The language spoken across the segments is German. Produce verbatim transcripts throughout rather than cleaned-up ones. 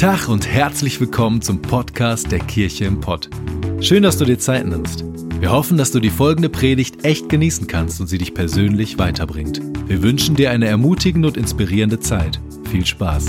Tag und herzlich willkommen zum Podcast der Kirche im Pott. Schön, dass du dir Zeit nimmst. Wir hoffen, dass du die folgende Predigt echt genießen kannst und sie dich persönlich weiterbringt. Wir wünschen dir eine ermutigende und inspirierende Zeit. Viel Spaß.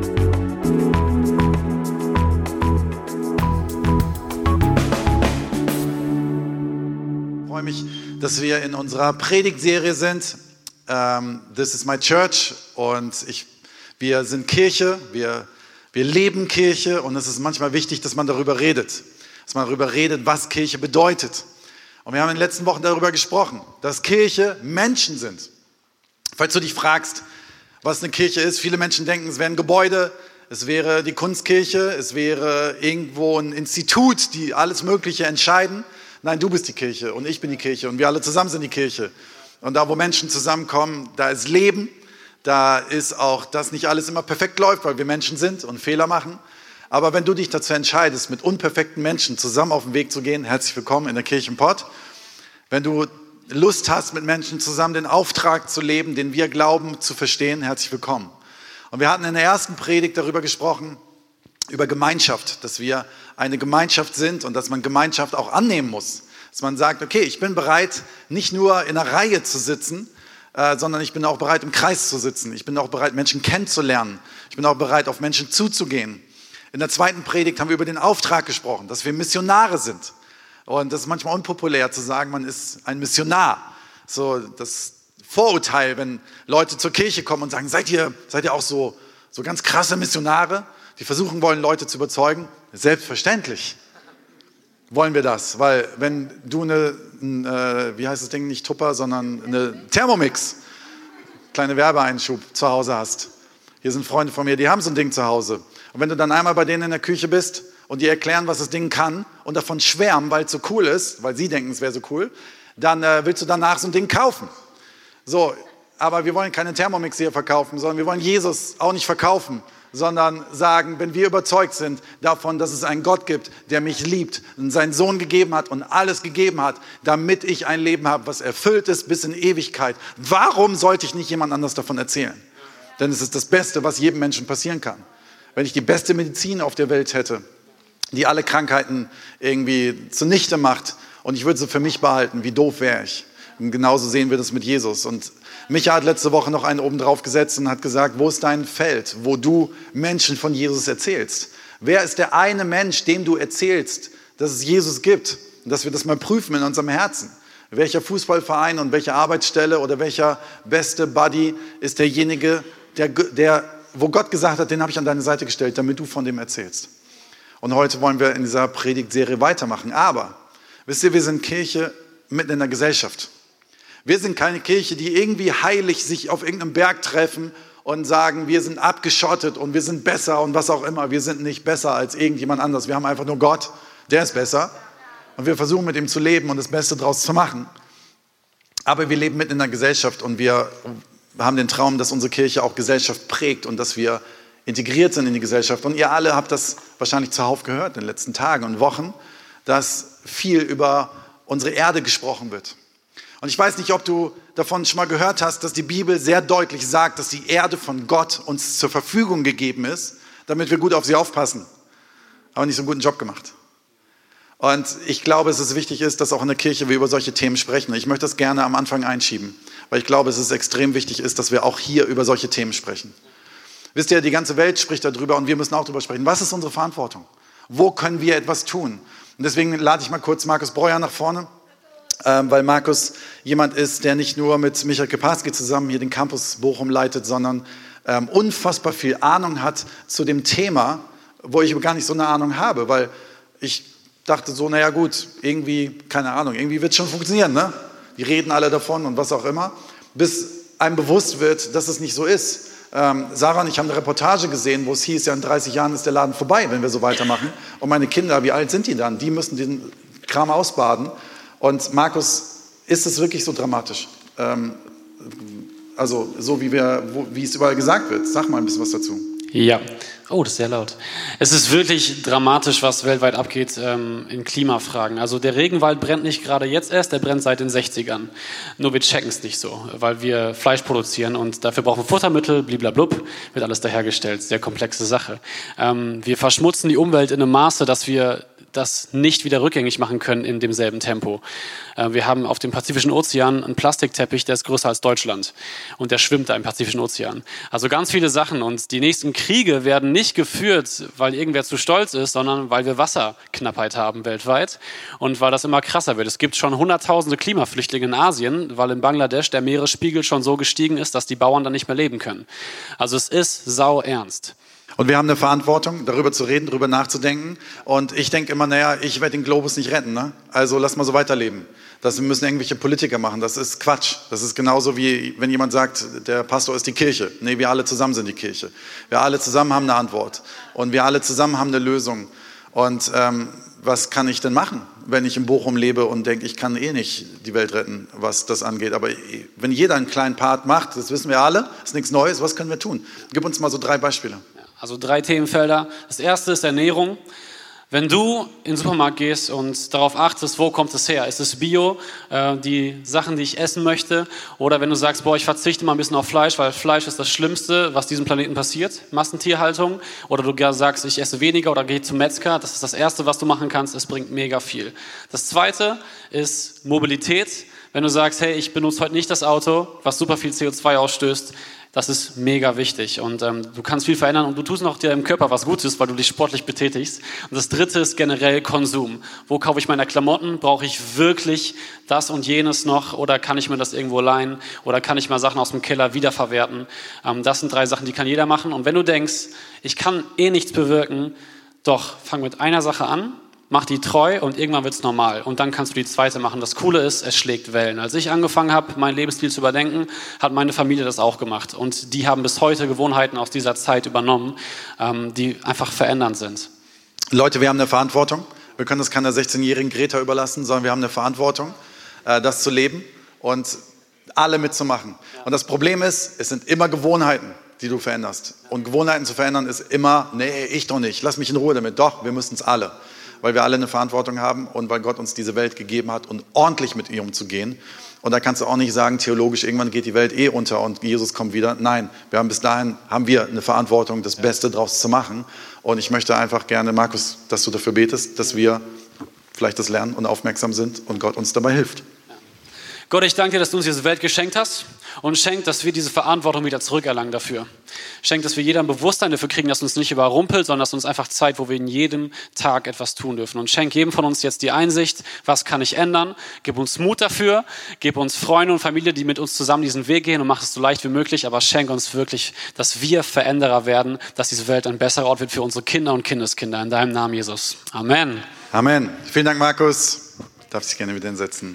Ich freue mich, dass wir in unserer Predigtserie sind. Um, This is my church. Und ich, wir sind Kirche, wir, wir leben Kirche und es ist manchmal wichtig, dass man darüber redet. Dass man darüber redet, was Kirche bedeutet. Und wir haben in den letzten Wochen darüber gesprochen, dass Kirche Menschen sind. Falls du dich fragst, was eine Kirche ist, viele Menschen denken, es wäre ein Gebäude, es wäre die Kunstkirche, es wäre irgendwo ein Institut, die alles Mögliche entscheiden. Nein, du bist die Kirche und ich bin die Kirche und wir alle zusammen sind die Kirche. Und da, wo Menschen zusammenkommen, da ist Leben, da ist auch, dass nicht alles immer perfekt läuft, weil wir Menschen sind und Fehler machen. Aber wenn du dich dazu entscheidest, mit unperfekten Menschen zusammen auf den Weg zu gehen, herzlich willkommen in der Kirche im Pott. Wenn du Lust hast, mit Menschen zusammen den Auftrag zu leben, den wir glauben, zu verstehen, herzlich willkommen. Und wir hatten in der ersten Predigt darüber gesprochen, über Gemeinschaft, dass wir eine Gemeinschaft sind und dass man Gemeinschaft auch annehmen muss. Dass man sagt, okay, ich bin bereit, nicht nur in einer Reihe zu sitzen, äh, sondern ich bin auch bereit, im Kreis zu sitzen. Ich bin auch bereit, Menschen kennenzulernen. Ich bin auch bereit, auf Menschen zuzugehen. In der zweiten Predigt haben wir über den Auftrag gesprochen, dass wir Missionare sind. Und das ist manchmal unpopulär zu sagen, man ist ein Missionar. So das Vorurteil, wenn Leute zur Kirche kommen und sagen, seid ihr, seid ihr auch so, so ganz krasse Missionare, die versuchen wollen, Leute zu überzeugen? Selbstverständlich wollen wir das, weil wenn du eine, eine wie heißt das Ding, nicht Tupper, sondern eine Thermomix, kleine Werbeeinschub zu Hause hast. Hier sind Freunde von mir, die haben so ein Ding zu Hause. Und wenn du dann einmal bei denen in der Küche bist und die erklären, was das Ding kann und davon schwärmen, weil es so cool ist, weil sie denken, es wäre so cool, dann äh, willst du danach so ein Ding kaufen. So, aber wir wollen keine Thermomix hier verkaufen, sondern wir wollen Jesus auch nicht verkaufen, sondern sagen, wenn wir überzeugt sind davon, dass es einen Gott gibt, der mich liebt und seinen Sohn gegeben hat und alles gegeben hat, damit ich ein Leben habe, was erfüllt ist bis in Ewigkeit. Warum sollte ich nicht jemand anders davon erzählen? Denn es ist das Beste, was jedem Menschen passieren kann. Wenn ich die beste Medizin auf der Welt hätte, die alle Krankheiten irgendwie zunichte macht und ich würde sie für mich behalten, wie doof wäre ich? Und genauso sehen wir das mit Jesus. Und Micha hat letzte Woche noch einen oben drauf gesetzt und hat gesagt, wo ist dein Feld, wo du Menschen von Jesus erzählst? Wer ist der eine Mensch, dem du erzählst, dass es Jesus gibt? Und dass wir das mal prüfen in unserem Herzen. Welcher Fußballverein und welche Arbeitsstelle oder welcher beste Buddy ist derjenige, der, der, wo Gott gesagt hat, den habe ich an deine Seite gestellt, damit du von dem erzählst. Und heute wollen wir in dieser Predigtserie weitermachen. Aber, wisst ihr, wir sind Kirche mitten in der Gesellschaft. Wir sind keine Kirche, die irgendwie heilig sich auf irgendeinem Berg treffen und sagen, wir sind abgeschottet und wir sind besser und was auch immer. Wir sind nicht besser als irgendjemand anderes. Wir haben einfach nur Gott, der ist besser. Und wir versuchen mit ihm zu leben und das Beste draus zu machen. Aber wir leben mitten in der Gesellschaft und wir haben den Traum, dass unsere Kirche auch Gesellschaft prägt und dass wir integriert sind in die Gesellschaft. Und ihr alle habt das wahrscheinlich zuhauf gehört in den letzten Tagen und Wochen, dass viel über unsere Erde gesprochen wird. Und ich weiß nicht, ob du davon schon mal gehört hast, dass die Bibel sehr deutlich sagt, dass die Erde von Gott uns zur Verfügung gegeben ist, damit wir gut auf sie aufpassen. Aber nicht so einen guten Job gemacht. Und ich glaube, dass es wichtig ist, dass auch in der Kirche wir über solche Themen sprechen. Ich möchte das gerne am Anfang einschieben, weil ich glaube, dass es extrem wichtig ist, dass wir auch hier über solche Themen sprechen. Wisst ihr, die ganze Welt spricht darüber und wir müssen auch darüber sprechen. Was ist unsere Verantwortung? Wo können wir etwas tun? Und deswegen lade ich mal kurz Markus Breuer nach vorne. Weil Markus jemand ist, der nicht nur mit Michael Keparski zusammen hier den Campus Bochum leitet, sondern ähm, unfassbar viel Ahnung hat zu dem Thema, wo ich gar nicht so eine Ahnung habe, weil ich dachte so, naja gut, irgendwie, keine Ahnung, irgendwie wird es schon funktionieren, ne? Die reden alle davon und was auch immer, bis einem bewusst wird, dass es nicht so ist. Ähm, Sarah und ich haben eine Reportage gesehen, wo es hieß, ja in dreißig Jahren ist der Laden vorbei, wenn wir so weitermachen. Und meine Kinder, wie alt sind die dann? Die müssen den Kram ausbaden. Und Markus, ist es wirklich so dramatisch? Ähm, also so wie, wir, wo, wie es überall gesagt wird. Sag mal ein bisschen was dazu. Ja, Oh, das ist sehr laut. Es ist wirklich dramatisch, was weltweit abgeht ähm, in Klimafragen. Also der Regenwald brennt nicht gerade jetzt erst, der brennt seit den sechzigern. Nur wir checken es nicht so, weil wir Fleisch produzieren und dafür brauchen wir Futtermittel, bliblablub, wird alles dahergestellt. Sehr komplexe Sache. Ähm, wir verschmutzen die Umwelt in einem Maße, dass wir das nicht wieder rückgängig machen können in demselben Tempo. Äh, wir haben auf dem Pazifischen Ozean einen Plastikteppich, der ist größer als Deutschland und der schwimmt da im Pazifischen Ozean. Also ganz viele Sachen und die nächsten Kriege werden nicht geführt, weil irgendwer zu stolz ist, sondern weil wir Wasserknappheit haben weltweit und weil das immer krasser wird. Es gibt schon hunderttausende Klimaflüchtlinge in Asien, weil in Bangladesch der Meeresspiegel schon so gestiegen ist, dass die Bauern dann nicht mehr leben können. Also es ist sau ernst. Und wir haben eine Verantwortung, darüber zu reden, darüber nachzudenken. Und ich denke immer, naja, ich werde den Globus nicht retten, ne? Also lass mal so weiterleben. Das müssen irgendwelche Politiker machen. Das ist Quatsch. Das ist genauso wie, wenn jemand sagt, der Pastor ist die Kirche. Nee, wir alle zusammen sind die Kirche. Wir alle zusammen haben eine Antwort. Und wir alle zusammen haben eine Lösung. Und ähm, was kann ich denn machen, wenn ich in Bochum lebe und denke, ich kann eh nicht die Welt retten, was das angeht. Aber wenn jeder einen kleinen Part macht, das wissen wir alle, ist nichts Neues, was können wir tun? Gib uns mal so drei Beispiele. Also drei Themenfelder. Das erste ist Ernährung. Wenn du in den Supermarkt gehst und darauf achtest, wo kommt es her? Ist es Bio, äh, die Sachen, die ich essen möchte? Oder wenn du sagst, boah, ich verzichte mal ein bisschen auf Fleisch, weil Fleisch ist das Schlimmste, was diesem Planeten passiert, Massentierhaltung. Oder du sagst, ich esse weniger oder gehe zum Metzger. Das ist das Erste, was du machen kannst. Es bringt mega viel. Das Zweite ist Mobilität. Wenn du sagst, hey, ich benutze heute nicht das Auto, was super viel C O zwei ausstößt, das ist mega wichtig und ähm, du kannst viel verändern und du tust noch dir im Körper was Gutes, weil du dich sportlich betätigst. Und das Dritte ist generell Konsum. Wo kaufe ich meine Klamotten? Brauche ich wirklich das und jenes noch oder kann ich mir das irgendwo leihen oder kann ich mal Sachen aus dem Keller wiederverwerten? Ähm, das sind drei Sachen, die kann jeder machen. Und wenn du denkst, ich kann eh nichts bewirken, doch, fang mit einer Sache an. Mach die treu und irgendwann wird es normal. Und dann kannst du die zweite machen. Das Coole ist, es schlägt Wellen. Als ich angefangen habe, meinen Lebensstil zu überdenken, hat meine Familie das auch gemacht. Und die haben bis heute Gewohnheiten aus dieser Zeit übernommen, ähm, die einfach verändernd sind. Leute, wir haben eine Verantwortung. Wir können das keiner sechzehnjährigen Greta überlassen, sondern wir haben eine Verantwortung, äh, das zu leben und alle mitzumachen. Ja. Und das Problem ist, es sind immer Gewohnheiten, die du veränderst. Und Gewohnheiten zu verändern ist immer, nee, ich doch nicht, lass mich in Ruhe damit. Doch, wir müssen es alle. Weil wir alle eine Verantwortung haben und weil Gott uns diese Welt gegeben hat und ordentlich mit ihr umzugehen. Und da kannst du auch nicht sagen, theologisch, irgendwann geht die Welt eh unter und Jesus kommt wieder. Nein, wir haben bis dahin haben wir eine Verantwortung, das Beste draus zu machen. Und ich möchte einfach gerne, Markus, dass du dafür betest, dass wir vielleicht das lernen und aufmerksam sind und Gott uns dabei hilft. Gott, ich danke dir, dass du uns diese Welt geschenkt hast und schenk, dass wir diese Verantwortung wieder zurückerlangen dafür. Schenk, dass wir jeder ein Bewusstsein dafür kriegen, dass uns nicht überrumpelt, sondern dass uns einfach zeigt, wo wir in jedem Tag etwas tun dürfen. Und schenk jedem von uns jetzt die Einsicht, was kann ich ändern? Gib uns Mut dafür, gib uns Freunde und Familie, die mit uns zusammen diesen Weg gehen und mach es so leicht wie möglich, aber schenk uns wirklich, dass wir Veränderer werden, dass diese Welt ein besserer Ort wird für unsere Kinder und Kindeskinder. In deinem Namen, Jesus. Amen. Amen. Vielen Dank, Markus. Du darfst dich gerne wieder hinsetzen.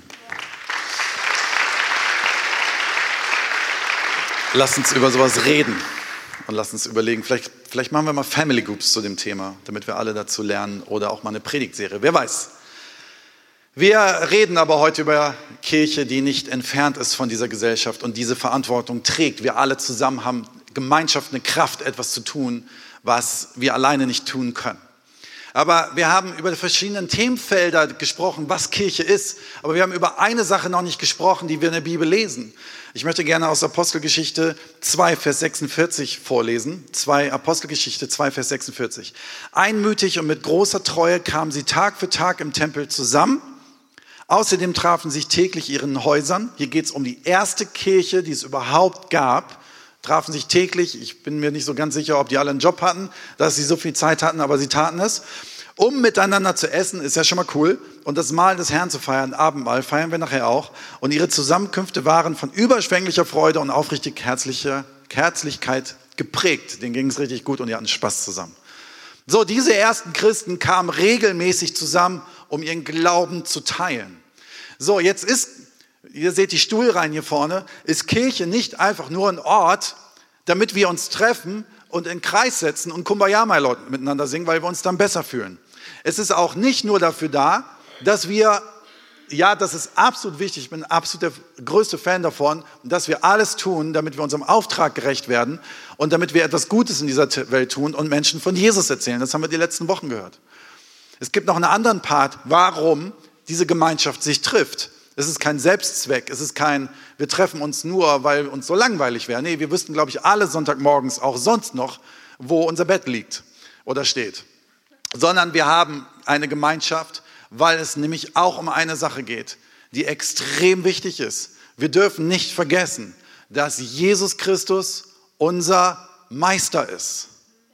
Lass uns über sowas reden und lass uns überlegen, vielleicht, vielleicht machen wir mal Family Groups zu dem Thema, damit wir alle dazu lernen oder auch mal eine Predigtserie, wer weiß. Wir reden aber heute über Kirche, die nicht entfernt ist von dieser Gesellschaft und diese Verantwortung trägt. Wir alle zusammen haben Gemeinschaft, eine Kraft, etwas zu tun, was wir alleine nicht tun können. Aber wir haben über die verschiedenen Themenfelder gesprochen, was Kirche ist. Aber wir haben über eine Sache noch nicht gesprochen, die wir in der Bibel lesen. Ich möchte gerne aus Apostelgeschichte zwei, Vers sechsundvierzig vorlesen. zwei, Apostelgeschichte zwei, Vers sechsundvierzig. Einmütig und mit großer Treue kamen sie Tag für Tag im Tempel zusammen. Außerdem trafen sich täglich ihren Häusern. Hier geht es um die erste Kirche, die es überhaupt gab. Trafen sich täglich, ich bin mir nicht so ganz sicher, ob die alle einen Job hatten, dass sie so viel Zeit hatten, aber sie taten es. Um miteinander zu essen, ist ja schon mal cool. Und das Mahl des Herrn zu feiern, Abendmahl, feiern wir nachher auch. Und ihre Zusammenkünfte waren von überschwänglicher Freude und aufrichtig herzlicher Herzlichkeit geprägt. Denen ging es richtig gut und die hatten Spaß zusammen. So, diese ersten Christen kamen regelmäßig zusammen, um ihren Glauben zu teilen. So, jetzt ist, ihr seht die Stuhlreihen hier vorne, ist Kirche nicht einfach nur ein Ort, damit wir uns treffen und in den Kreis setzen und Kumbaya miteinander singen, weil wir uns dann besser fühlen. Es ist auch nicht nur dafür da, dass wir ja, das ist absolut wichtig. Ich bin absolut der größte Fan davon, dass wir alles tun, damit wir unserem Auftrag gerecht werden und damit wir etwas Gutes in dieser Welt tun und Menschen von Jesus erzählen. Das haben wir die letzten Wochen gehört. Es gibt noch einen anderen Part, warum diese Gemeinschaft sich trifft. Es ist kein Selbstzweck, es ist kein, wir treffen uns nur, weil uns so langweilig wäre. Nee, wir wüssten, glaube ich, alle Sonntagmorgens, auch sonst noch, wo unser Bett liegt oder steht. Sondern wir haben eine Gemeinschaft, weil es nämlich auch um eine Sache geht, die extrem wichtig ist. Wir dürfen nicht vergessen, dass Jesus Christus unser Meister ist.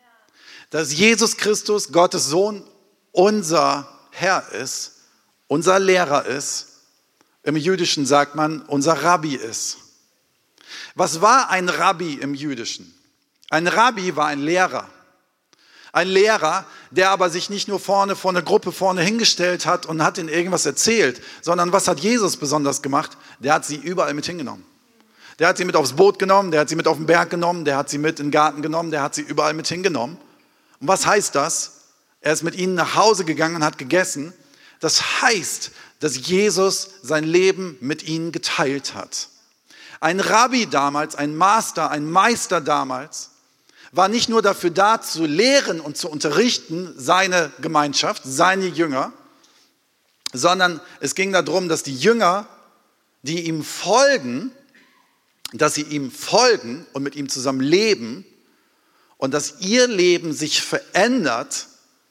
Dass Jesus Christus, Gottes Sohn, unser Herr ist, unser Lehrer ist. Im Jüdischen sagt man, unser Rabbi ist. Was war ein Rabbi im Jüdischen? Ein Rabbi war ein Lehrer. Ein Lehrer, der aber sich nicht nur vorne vor einer Gruppe vorne hingestellt hat und hat ihnen irgendwas erzählt, sondern was hat Jesus besonders gemacht? Der hat sie überall mit hingenommen. Der hat sie mit aufs Boot genommen, der hat sie mit auf den Berg genommen, der hat sie mit in den Garten genommen, der hat sie überall mit hingenommen. Und was heißt das? Er ist mit ihnen nach Hause gegangen und hat gegessen. Das heißt, dass Jesus sein Leben mit ihnen geteilt hat. Ein Rabbi damals, ein Master, ein Meister damals, war nicht nur dafür da, zu lehren und zu unterrichten, seine Gemeinschaft, seine Jünger, sondern es ging darum, dass die Jünger, die ihm folgen, dass sie ihm folgen und mit ihm zusammen leben und dass ihr Leben sich verändert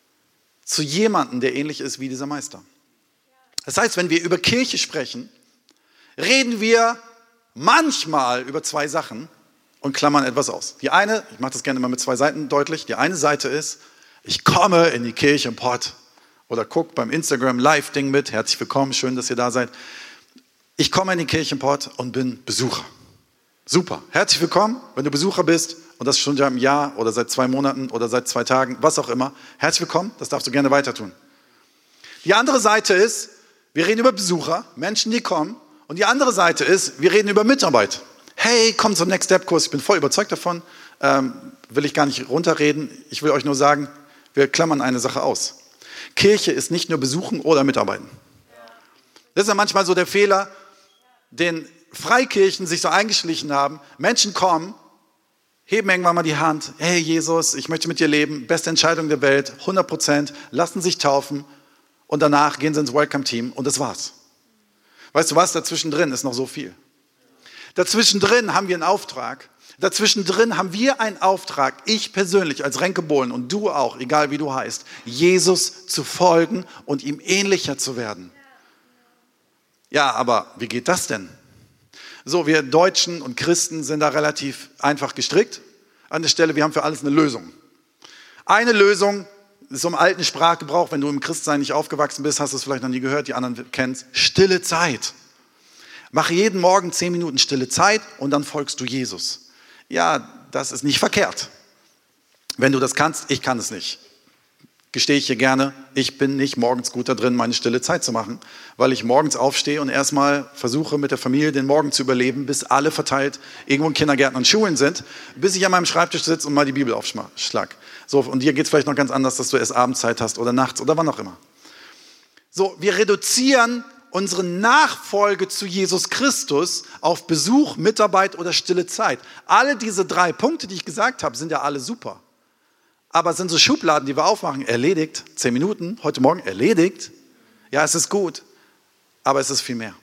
zu jemandem, der ähnlich ist wie dieser Meister. Das heißt, wenn wir über Kirche sprechen, reden wir manchmal über zwei Sachen und klammern etwas aus. Die eine, ich mache das gerne mal mit zwei Seiten deutlich, die eine Seite ist, ich komme in die Kirche im Pott oder guck beim Instagram Live-Ding mit, herzlich willkommen, schön, dass ihr da seid. Ich komme in die Kirche im Pott und bin Besucher. Super, herzlich willkommen, wenn du Besucher bist und das schon seit einem Jahr oder seit zwei Monaten oder seit zwei Tagen, was auch immer. Herzlich willkommen, das darfst du gerne weiter tun. Die andere Seite ist, wir reden über Besucher, Menschen, die kommen. Und die andere Seite ist, wir reden über Mitarbeit. Hey, komm zum Next Step Kurs, ich bin voll überzeugt davon, ähm, will ich gar nicht runterreden. Ich will euch nur sagen, wir klammern eine Sache aus. Kirche ist nicht nur besuchen oder mitarbeiten. Das ist ja manchmal so der Fehler, den Freikirchen sich so eingeschlichen haben. Menschen kommen, heben irgendwann mal die Hand. Hey Jesus, ich möchte mit dir leben. Beste Entscheidung der Welt, hundert Prozent. Lassen sich taufen und danach gehen sie ins Welcome-Team und das war's. Weißt du was, dazwischen drin ist noch so viel. Dazwischen drin haben wir einen Auftrag. Dazwischen drin haben wir einen Auftrag, ich persönlich als Renke Bohlen und du auch, egal wie du heißt, Jesus zu folgen und ihm ähnlicher zu werden. Ja, aber wie geht das denn? So, wir Deutschen und Christen sind da relativ einfach gestrickt. An der Stelle, wir haben für alles eine Lösung. Eine Lösung ist so im alten Sprachgebrauch, wenn du im Christsein nicht aufgewachsen bist, hast du es vielleicht noch nie gehört, die anderen kennen es, stille Zeit. Mache jeden Morgen zehn Minuten stille Zeit und dann folgst du Jesus. Ja, das ist nicht verkehrt. Wenn du das kannst, ich kann es nicht. Gestehe ich hier gerne, ich bin nicht morgens gut da drin, meine stille Zeit zu machen, weil ich morgens aufstehe und erstmal versuche, mit der Familie den Morgen zu überleben, bis alle verteilt irgendwo in Kindergärten und Schulen sind, bis ich an meinem Schreibtisch sitze und mal die Bibel aufschlag. So, und dir geht es vielleicht noch ganz anders, dass du erst Abendzeit hast oder nachts oder wann auch immer. So, wir reduzieren unsere Nachfolge zu Jesus Christus auf Besuch, Mitarbeit oder stille Zeit. Alle diese drei Punkte, die ich gesagt habe, sind ja alle super. Aber es sind so Schubladen, die wir aufmachen. Erledigt, zehn Minuten, heute Morgen erledigt. Ja, es ist gut, aber es ist viel mehr.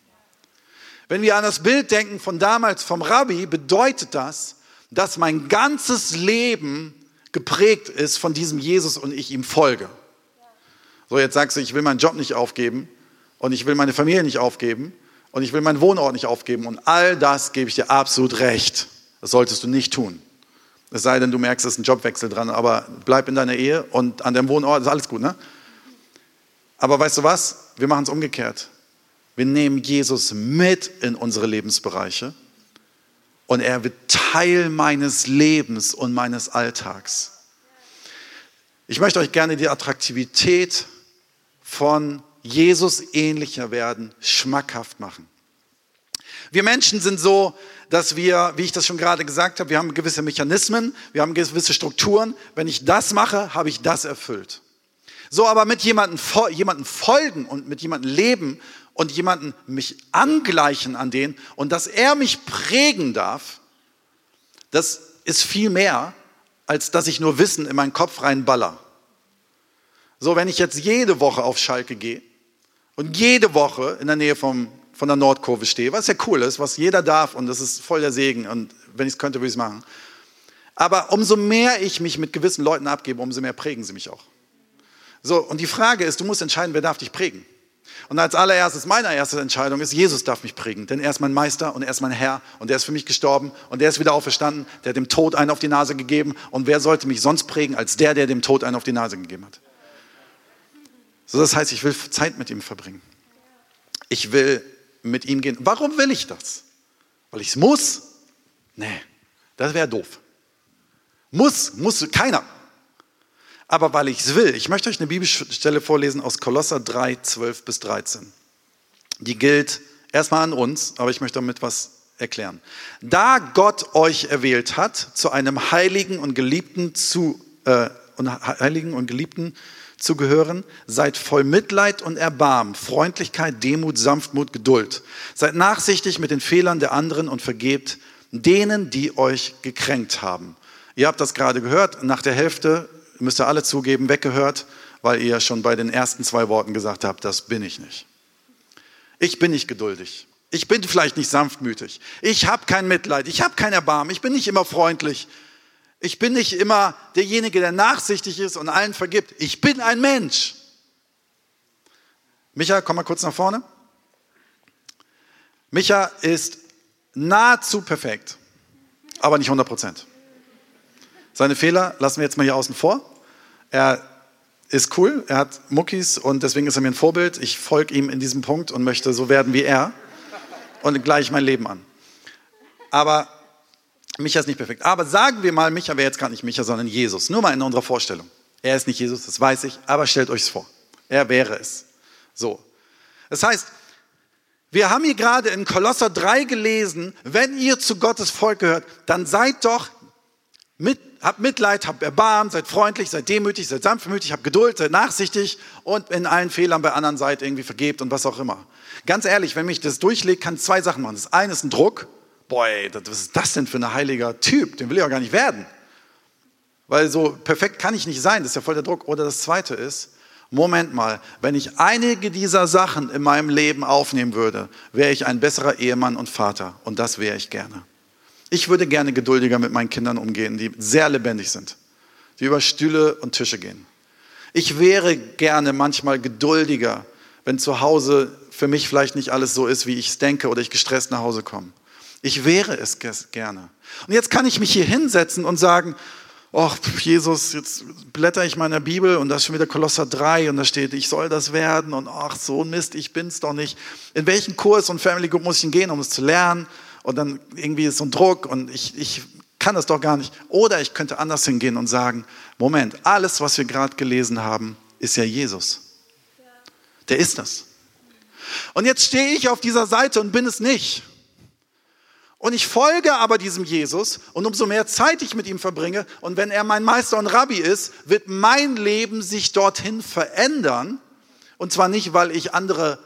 Wenn wir an das Bild denken von damals vom Rabbi, bedeutet das, dass mein ganzes Leben geprägt ist von diesem Jesus und ich ihm folge. So, jetzt sagst du, ich will meinen Job nicht aufgeben und ich will meine Familie nicht aufgeben und ich will meinen Wohnort nicht aufgeben und all das gebe ich dir absolut recht. Das solltest du nicht tun. Es sei denn, du merkst, es ist ein Jobwechsel dran, aber bleib in deiner Ehe und an deinem Wohnort, ist alles gut, ne? Aber weißt du was? Wir machen es umgekehrt. Wir nehmen Jesus mit in unsere Lebensbereiche und er wird Teil meines Lebens und meines Alltags. Ich möchte euch gerne die Attraktivität von Jesus ähnlicher werden schmackhaft machen. Wir Menschen sind so, dass wir, wie ich das schon gerade gesagt habe, wir haben gewisse Mechanismen, wir haben gewisse Strukturen. Wenn ich das mache, habe ich das erfüllt. So, aber mit jemandem, jemandem folgen und mit jemandem leben und jemanden mich angleichen an den und dass er mich prägen darf, das ist viel mehr, als dass ich nur Wissen in meinen Kopf reinballer. So, wenn ich jetzt jede Woche auf Schalke gehe und jede Woche in der Nähe vom, von der Nordkurve stehe, was ja cool ist, was jeder darf und das ist voll der Segen und wenn ich es könnte, würde ich es machen. Aber umso mehr ich mich mit gewissen Leuten abgebe, umso mehr prägen sie mich auch. So, und die Frage ist, du musst entscheiden, wer darf dich prägen. Und als allererstes, meine erste Entscheidung ist, Jesus darf mich prägen. Denn er ist mein Meister und er ist mein Herr und er ist für mich gestorben und er ist wieder auferstanden. Der hat dem Tod einen auf die Nase gegeben. Und wer sollte mich sonst prägen, als der, der dem Tod einen auf die Nase gegeben hat? So, das heißt, ich will Zeit mit ihm verbringen. Ich will mit ihm gehen. Warum will ich das? Weil ich es muss? Nee, das wäre doof. Muss, muss keiner. Aber weil ich es will. Ich möchte euch eine Bibelstelle vorlesen aus Kolosser drei, zwölf bis dreizehn. Die gilt erstmal an uns, aber ich möchte damit was erklären. Da Gott euch erwählt hat, zu einem Heiligen und Geliebten zu, äh, und Heiligen und Geliebten zu gehören, seid voll Mitleid und Erbarmen, Freundlichkeit, Demut, Sanftmut, Geduld. Seid nachsichtig mit den Fehlern der anderen und vergebt denen, die euch gekränkt haben. Ihr habt das gerade gehört, nach der Hälfte müsst ihr alle zugeben, weggehört, weil ihr schon bei den ersten zwei Worten gesagt habt, das bin ich nicht. Ich bin nicht geduldig. Ich bin vielleicht nicht sanftmütig. Ich habe kein Mitleid. Ich habe kein Erbarmen. Ich bin nicht immer freundlich. Ich bin nicht immer derjenige, der nachsichtig ist und allen vergibt. Ich bin ein Mensch. Micha, komm mal kurz nach vorne. Micha ist nahezu perfekt, aber nicht hundert Prozent. Seine Fehler lassen wir jetzt mal hier außen vor. Er ist cool, er hat Muckis und deswegen ist er mir ein Vorbild. Ich folge ihm in diesem Punkt und möchte so werden wie er und gleich mein Leben an. Aber Micha ist nicht perfekt. Aber sagen wir mal, Micha wäre jetzt gar nicht Micha, sondern Jesus. Nur mal in unserer Vorstellung. Er ist nicht Jesus, das weiß ich, aber stellt euch es vor. Er wäre es. So. Das heißt, wir haben hier gerade in Kolosser drei gelesen, wenn ihr zu Gottes Volk gehört, dann seid doch mit Habt Mitleid, habt Erbarmen, seid freundlich, seid demütig, seid sanftmütig, habt Geduld, seid nachsichtig und in allen Fehlern bei anderen seid irgendwie vergebt und was auch immer. Ganz ehrlich, wenn mich das durchlegt, kann ich zwei Sachen machen. Das eine ist ein Druck. Boah, was ist das denn für ein heiliger Typ? Den will ich auch gar nicht werden. Weil so perfekt kann ich nicht sein, das ist ja voll der Druck. Oder das zweite ist, Moment mal, wenn ich einige dieser Sachen in meinem Leben aufnehmen würde, wäre ich ein besserer Ehemann und Vater. Und das wäre ich gerne. Ich würde gerne geduldiger mit meinen Kindern umgehen, die sehr lebendig sind, die über Stühle und Tische gehen. Ich wäre gerne manchmal geduldiger, wenn zu Hause für mich vielleicht nicht alles so ist, wie ich es denke oder ich gestresst nach Hause komme. Ich wäre es gerne. Und jetzt kann ich mich hier hinsetzen und sagen, oh Jesus, jetzt blätter ich mal in der Bibel und da ist schon wieder Kolosser drei und da steht, ich soll das werden und ach so Mist, ich bin's doch nicht. In welchen Kurs und Family Group muss ich denn gehen, um es zu lernen? Und dann irgendwie ist so ein Druck und ich, ich kann das doch gar nicht. Oder ich könnte anders hingehen und sagen, Moment, alles, was wir gerade gelesen haben, ist ja Jesus. Der ist das. Und jetzt stehe ich auf dieser Seite und bin es nicht. Und ich folge aber diesem Jesus und umso mehr Zeit ich mit ihm verbringe und wenn er mein Meister und Rabbi ist, wird mein Leben sich dorthin verändern. Und zwar nicht, weil ich andere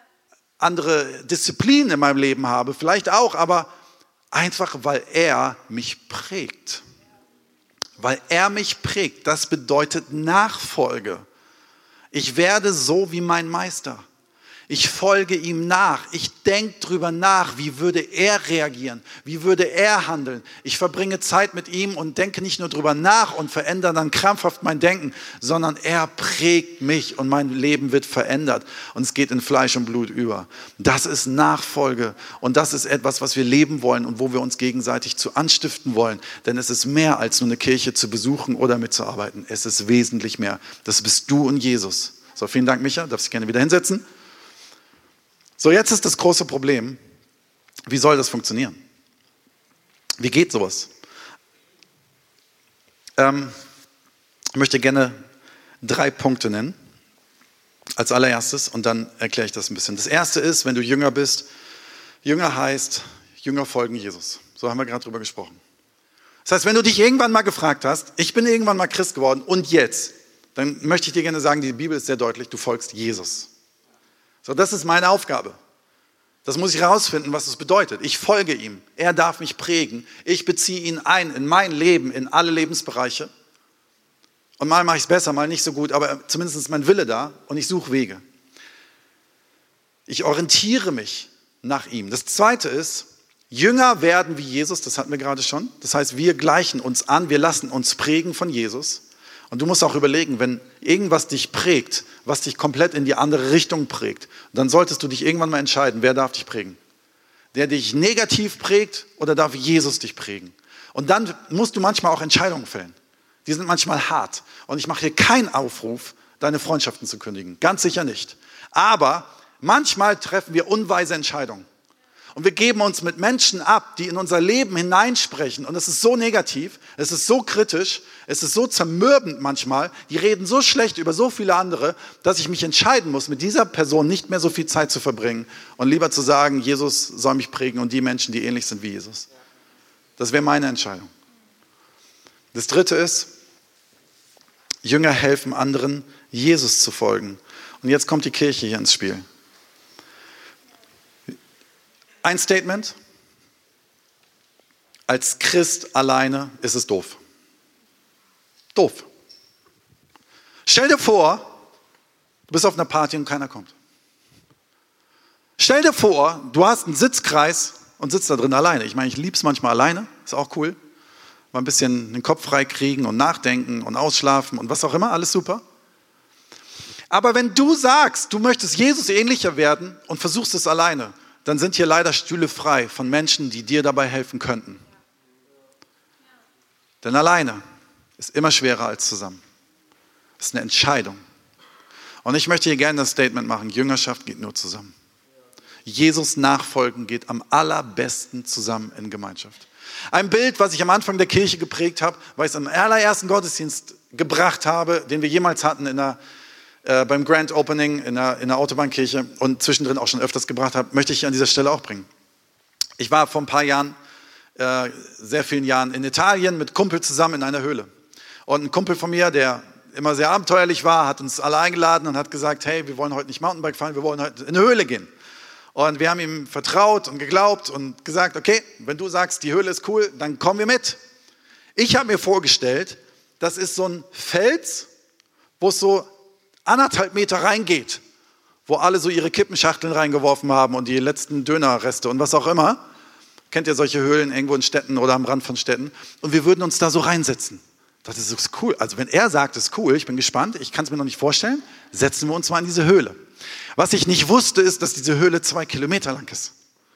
andere Disziplinen in meinem Leben habe, vielleicht auch, aber einfach, weil er mich prägt. Weil er mich prägt, das bedeutet Nachfolge. Ich werde so wie mein Meister. Ich folge ihm nach. Ich denke drüber nach, wie würde er reagieren, wie würde er handeln. Ich verbringe Zeit mit ihm und denke nicht nur drüber nach und verändere dann krampfhaft mein Denken, sondern er prägt mich und mein Leben wird verändert und es geht in Fleisch und Blut über. Das ist Nachfolge und das ist etwas, was wir leben wollen und wo wir uns gegenseitig zu anstiften wollen. Denn es ist mehr als nur eine Kirche zu besuchen oder mitzuarbeiten. Es ist wesentlich mehr. Das bist du und Jesus. So, vielen Dank, Micha. Darfst dich gerne wieder hinsetzen. So, jetzt ist das große Problem, wie soll das funktionieren? Wie geht sowas? Ähm, ich möchte gerne drei Punkte nennen, als allererstes, und dann erkläre ich das ein bisschen. Das erste ist, wenn du Jünger bist, Jünger heißt, Jünger folgen Jesus. So haben wir gerade drüber gesprochen. Das heißt, wenn du dich irgendwann mal gefragt hast, ich bin irgendwann mal Christ geworden und jetzt, dann möchte ich dir gerne sagen, die Bibel ist sehr deutlich, du folgst Jesus. So, das ist meine Aufgabe. Das muss ich herausfinden, was es bedeutet. Ich folge ihm. Er darf mich prägen. Ich beziehe ihn ein in mein Leben, in alle Lebensbereiche. Und mal mache ich es besser, mal nicht so gut, aber zumindest ist mein Wille da und ich suche Wege. Ich orientiere mich nach ihm. Das Zweite ist, Jünger werden wie Jesus, das hatten wir gerade schon. Das heißt, wir gleichen uns an, wir lassen uns prägen von Jesus. Und du musst auch überlegen, wenn irgendwas dich prägt, was dich komplett in die andere Richtung prägt, dann solltest du dich irgendwann mal entscheiden, wer darf dich prägen. Der dich negativ prägt oder darf Jesus dich prägen? Und dann musst du manchmal auch Entscheidungen fällen. Die sind manchmal hart. Und ich mache hier keinen Aufruf, deine Freundschaften zu kündigen. Ganz sicher nicht. Aber manchmal treffen wir unweise Entscheidungen. Und wir geben uns mit Menschen ab, die in unser Leben hineinsprechen. Und es ist so negativ, es ist so kritisch, es ist so zermürbend manchmal. Die reden so schlecht über so viele andere, dass ich mich entscheiden muss, mit dieser Person nicht mehr so viel Zeit zu verbringen und lieber zu sagen, Jesus soll mich prägen und die Menschen, die ähnlich sind wie Jesus. Das wäre meine Entscheidung. Das Dritte ist, Jünger helfen anderen, Jesus zu folgen. Und jetzt kommt die Kirche hier ins Spiel. Ein Statement: Als Christ alleine ist es doof. Doof. Stell dir vor, du bist auf einer Party und keiner kommt. Stell dir vor, du hast einen Sitzkreis und sitzt da drin alleine. Ich meine, ich liebe es manchmal alleine, ist auch cool. Mal ein bisschen den Kopf frei kriegen und nachdenken und ausschlafen und was auch immer, alles super. Aber wenn du sagst, du möchtest Jesus ähnlicher werden und versuchst es alleine, dann sind hier leider Stühle frei von Menschen, die dir dabei helfen könnten. Denn alleine ist immer schwerer als zusammen. Das ist eine Entscheidung. Und ich möchte hier gerne das Statement machen, Jüngerschaft geht nur zusammen. Jesus nachfolgen geht am allerbesten zusammen in Gemeinschaft. Ein Bild, was ich am Anfang der Kirche geprägt habe, weil ich es am allerersten Gottesdienst gebracht habe, den wir jemals hatten in der Äh, beim Grand Opening in der, in der Autobahnkirche und zwischendrin auch schon öfters gebracht habe, möchte ich an dieser Stelle auch bringen. Ich war vor ein paar Jahren, äh, sehr vielen Jahren in Italien mit Kumpel zusammen in einer Höhle. Und ein Kumpel von mir, der immer sehr abenteuerlich war, hat uns alle eingeladen und hat gesagt, hey, wir wollen heute nicht Mountainbike fahren, wir wollen heute in eine Höhle gehen. Und wir haben ihm vertraut und geglaubt und gesagt, okay, wenn du sagst, die Höhle ist cool, dann kommen wir mit. Ich habe mir vorgestellt, das ist so ein Fels, wo es so anderthalb Meter reingeht, wo alle so ihre Kippenschachteln reingeworfen haben und die letzten Dönerreste und was auch immer. Kennt ihr solche Höhlen irgendwo in Städten oder am Rand von Städten? Und wir würden uns da so reinsetzen. Das ist cool. Also wenn er sagt, es ist cool, ich bin gespannt, ich kann es mir noch nicht vorstellen, setzen wir uns mal in diese Höhle. Was ich nicht wusste, ist, dass diese Höhle zwei Kilometer lang ist.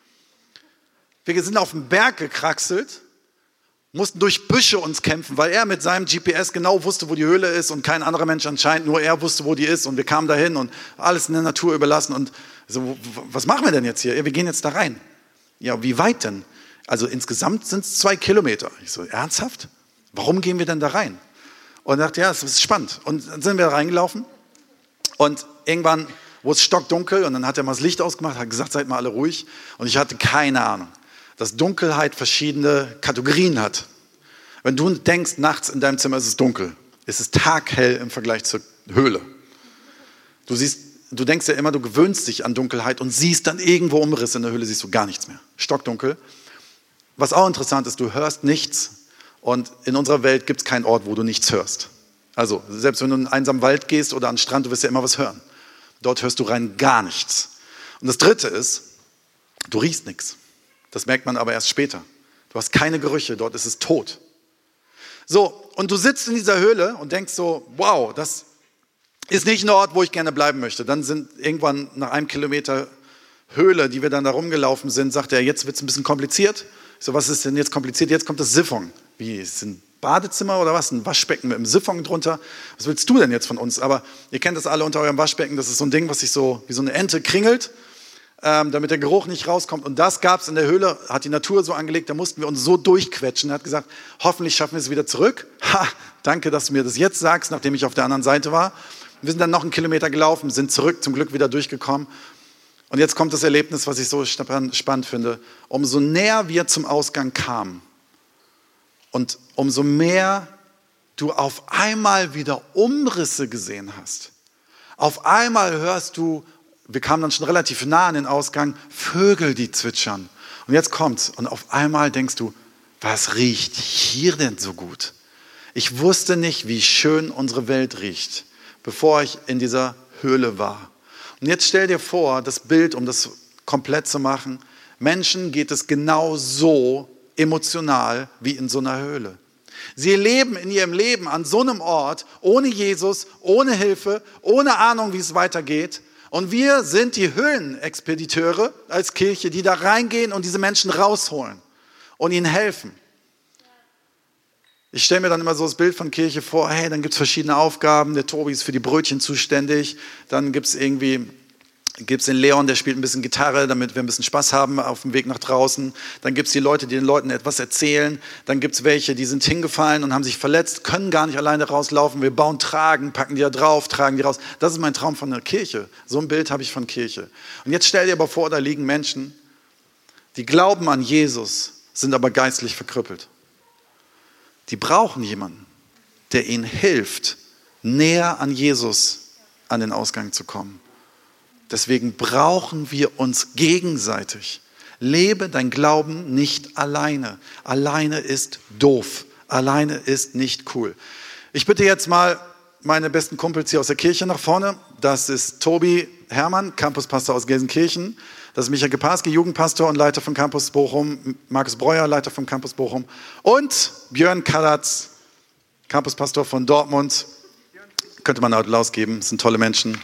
Wir sind auf den Berg gekraxelt, mussten durch Büsche uns kämpfen, weil er mit seinem G P S genau wusste, wo die Höhle ist und kein anderer Mensch anscheinend, nur er wusste, wo die ist und wir kamen dahin und alles in der Natur überlassen und so, was machen wir denn jetzt hier? Ja, wir gehen jetzt da rein. Ja, wie weit denn? Also insgesamt sind es zwei Kilometer. Ich so, ernsthaft? Warum gehen wir denn da rein? Und dachte, ja, das ist spannend. Und dann sind wir da reingelaufen und irgendwann wurde es stockdunkel und dann hat er mal das Licht ausgemacht, hat gesagt, seid mal alle ruhig und ich hatte keine Ahnung, dass Dunkelheit verschiedene Kategorien hat. Wenn du denkst, nachts in deinem Zimmer ist es dunkel, ist es taghell im Vergleich zur Höhle. Du siehst, du denkst ja immer, du gewöhnst dich an Dunkelheit und siehst dann irgendwo Umrisse in der Höhle, siehst du gar nichts mehr. Stockdunkel. Was auch interessant ist, du hörst nichts und in unserer Welt gibt es keinen Ort, wo du nichts hörst. Also selbst wenn du in einen einsamen Wald gehst oder an den Strand, du wirst ja immer was hören. Dort hörst du rein gar nichts. Und das Dritte ist, du riechst nichts. Das merkt man aber erst später. Du hast keine Gerüche, dort ist es tot. So, und du sitzt in dieser Höhle und denkst so, wow, das ist nicht ein Ort, wo ich gerne bleiben möchte. Dann sind irgendwann nach einem Kilometer Höhle, die wir dann da rumgelaufen sind, sagt er, jetzt wird es ein bisschen kompliziert. Ich so, was ist denn jetzt kompliziert? Jetzt kommt das Siphon. Wie, ist es ein Badezimmer oder was? Ein Waschbecken mit einem Siphon drunter? Was willst du denn jetzt von uns? Aber ihr kennt das alle unter eurem Waschbecken, das ist so ein Ding, was sich so wie so eine Ente kringelt. Ähm, damit der Geruch nicht rauskommt. Und das gab es in der Höhle, hat die Natur so angelegt, da mussten wir uns so durchquetschen. Er hat gesagt, hoffentlich schaffen wir es wieder zurück. Ha, danke, dass du mir das jetzt sagst, nachdem ich auf der anderen Seite war. Wir sind dann noch einen Kilometer gelaufen, sind zurück, zum Glück wieder durchgekommen. Und jetzt kommt das Erlebnis, was ich so spannend finde. Umso näher wir zum Ausgang kamen und umso mehr du auf einmal wieder Umrisse gesehen hast. Auf einmal hörst du, wir kamen dann schon relativ nah an den Ausgang, Vögel, die zwitschern. Und jetzt kommt's und auf einmal denkst du, was riecht hier denn so gut? Ich wusste nicht, wie schön unsere Welt riecht, bevor ich in dieser Höhle war. Und jetzt stell dir vor, das Bild, um das komplett zu machen, Menschen geht es genau so emotional wie in so einer Höhle. Sie leben in ihrem Leben an so einem Ort, ohne Jesus, ohne Hilfe, ohne Ahnung, wie es weitergeht. Und wir sind die Höhlenexpediteure als Kirche, die da reingehen und diese Menschen rausholen und ihnen helfen. Ich stelle mir dann immer so das Bild von Kirche vor, hey, dann gibt es verschiedene Aufgaben, der Tobi ist für die Brötchen zuständig, dann gibt es irgendwie, gibt es den Leon, der spielt ein bisschen Gitarre, damit wir ein bisschen Spaß haben auf dem Weg nach draußen, dann gibt es die Leute, die den Leuten etwas erzählen, dann gibt es welche, die sind hingefallen und haben sich verletzt, können gar nicht alleine rauslaufen, wir bauen Tragen, packen die da drauf, tragen die raus. Das ist mein Traum von der Kirche, so ein Bild habe ich von Kirche. Und jetzt stell dir aber vor, da liegen Menschen, die glauben an Jesus, sind aber geistlich verkrüppelt. Die brauchen jemanden, der ihnen hilft, näher an Jesus an den Ausgang zu kommen. Deswegen brauchen wir uns gegenseitig. Lebe dein Glauben nicht alleine. Alleine ist doof. Alleine ist nicht cool. Ich bitte jetzt mal meine besten Kumpels hier aus der Kirche nach vorne. Das ist Tobi Hermann, Campuspastor aus Gelsenkirchen. Das ist Michael Geparski, Jugendpastor und Leiter von Campus Bochum. Markus Breuer, Leiter von Campus Bochum. Und Björn Kalatz, Campuspastor von Dortmund. Könnte man einen Applaus geben, das sind tolle Menschen.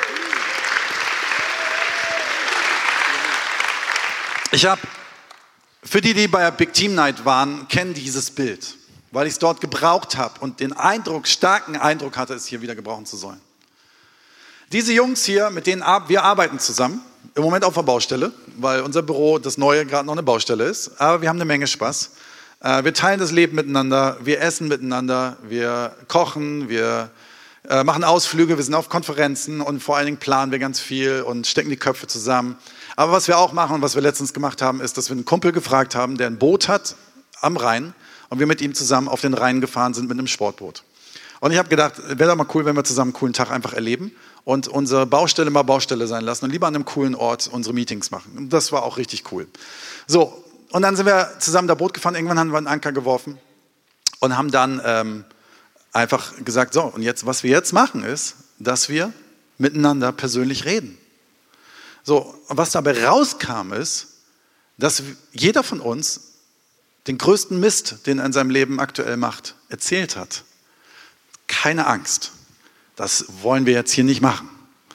Ich habe, für die, die bei der Big Team Night waren, kennen dieses Bild, weil ich es dort gebraucht habe und den Eindruck, starken Eindruck hatte, es hier wieder gebrauchen zu sollen. Diese Jungs hier, mit denen wir arbeiten zusammen, im Moment auf der Baustelle, weil unser Büro, das neue, gerade noch eine Baustelle ist. Aber wir haben eine Menge Spaß. Wir teilen das Leben miteinander, wir essen miteinander, wir kochen, wir machen Ausflüge, wir sind auf Konferenzen und vor allen Dingen planen wir ganz viel und stecken die Köpfe zusammen. Aber was wir auch machen und was wir letztens gemacht haben, ist, dass wir einen Kumpel gefragt haben, der ein Boot hat am Rhein und wir mit ihm zusammen auf den Rhein gefahren sind mit einem Sportboot. Und ich habe gedacht, wäre doch mal cool, wenn wir zusammen einen coolen Tag einfach erleben und unsere Baustelle mal Baustelle sein lassen und lieber an einem coolen Ort unsere Meetings machen. Und das war auch richtig cool. So, und dann sind wir zusammen da Boot gefahren, irgendwann haben wir einen Anker geworfen und haben dann ähm, einfach gesagt, so, und jetzt, was wir jetzt machen ist, dass wir miteinander persönlich reden. So, und was dabei rauskam ist, dass jeder von uns den größten Mist, den er in seinem Leben aktuell macht, erzählt hat. Keine Angst. Das wollen wir jetzt hier nicht machen.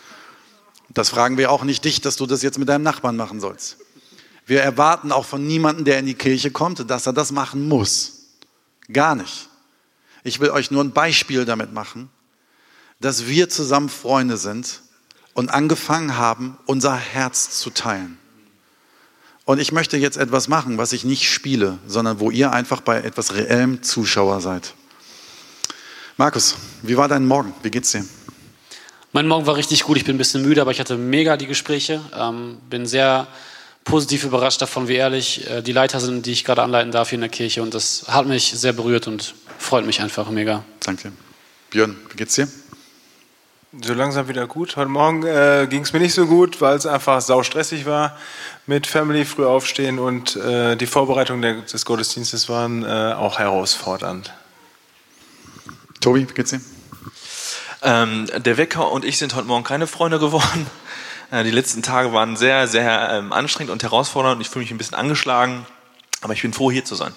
Das fragen wir auch nicht dich, dass du das jetzt mit deinem Nachbarn machen sollst. Wir erwarten auch von niemandem, der in die Kirche kommt, dass er das machen muss. Gar nicht. Ich will euch nur ein Beispiel damit machen, dass wir zusammen Freunde sind und angefangen haben, unser Herz zu teilen. Und ich möchte jetzt etwas machen, was ich nicht spiele, sondern wo ihr einfach bei etwas reellem Zuschauer seid. Markus, wie war dein Morgen? Wie geht's dir? Mein Morgen war richtig gut. Ich bin ein bisschen müde, aber ich hatte mega die Gespräche. Ähm, bin sehr positiv überrascht davon, wie ehrlich äh, die Leiter sind, die ich gerade anleiten darf hier in der Kirche. Und das hat mich sehr berührt und freut mich einfach mega. Danke. Björn, wie geht's dir? So langsam wieder gut. Heute Morgen äh, ging es mir nicht so gut, weil es einfach saustressig war mit Family, früh aufstehen und äh, die Vorbereitung der, des Gottesdienstes waren äh, auch herausfordernd. Tobi, wie geht's dir? Ähm, der Wecker und ich sind heute Morgen keine Freunde geworden. Äh, die letzten Tage waren sehr, sehr ähm, anstrengend und herausfordernd und ich fühle mich ein bisschen angeschlagen, aber ich bin froh, hier zu sein.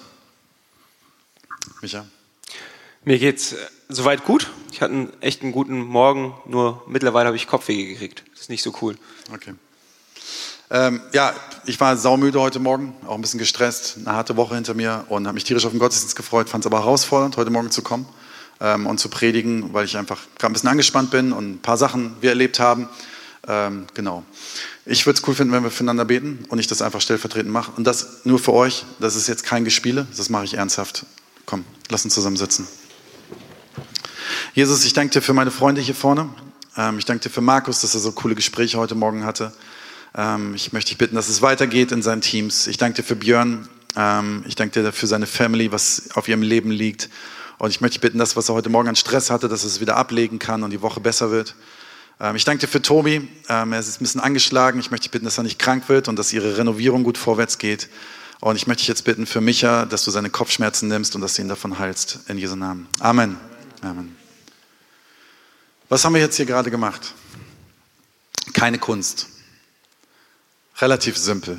Micha? Mir geht's soweit gut. Ich hatte einen echt einen guten Morgen, nur mittlerweile habe ich Kopfweh gekriegt. Das ist nicht so cool. Okay. Ähm, ja, ich war saumüde heute Morgen, auch ein bisschen gestresst, eine harte Woche hinter mir und habe mich tierisch auf den Gottesdienst gefreut, fand es aber herausfordernd, heute Morgen zu kommen ähm, und zu predigen, weil ich einfach gerade ein bisschen angespannt bin und ein paar Sachen wir erlebt haben. Ähm, genau. Ich würde es cool finden, wenn wir füreinander beten und ich das einfach stellvertretend mache. Und das nur für euch, das ist jetzt kein Gespiele, das mache ich ernsthaft. Komm, lass uns zusammen sitzen. Jesus, ich danke dir für meine Freunde hier vorne. Ähm, ich danke dir für Markus, dass er so coole Gespräche heute Morgen hatte. Ähm, ich möchte dich bitten, dass es weitergeht in seinen Teams. Ich danke dir für Björn. Ähm, ich danke dir für seine Family, was auf ihrem Leben liegt. Und ich möchte dich bitten, das, was er heute Morgen an Stress hatte, dass er es wieder ablegen kann und die Woche besser wird. Ähm, ich danke dir für Tobi. Ähm, er ist ein bisschen angeschlagen. Ich möchte dich bitten, dass er nicht krank wird und dass ihre Renovierung gut vorwärts geht. Und ich möchte dich jetzt bitten für Micha, dass du seine Kopfschmerzen nimmst und dass du ihn davon heilst. In Jesu Namen. Amen. Amen. Was haben wir jetzt hier gerade gemacht? Keine Kunst. Relativ simpel.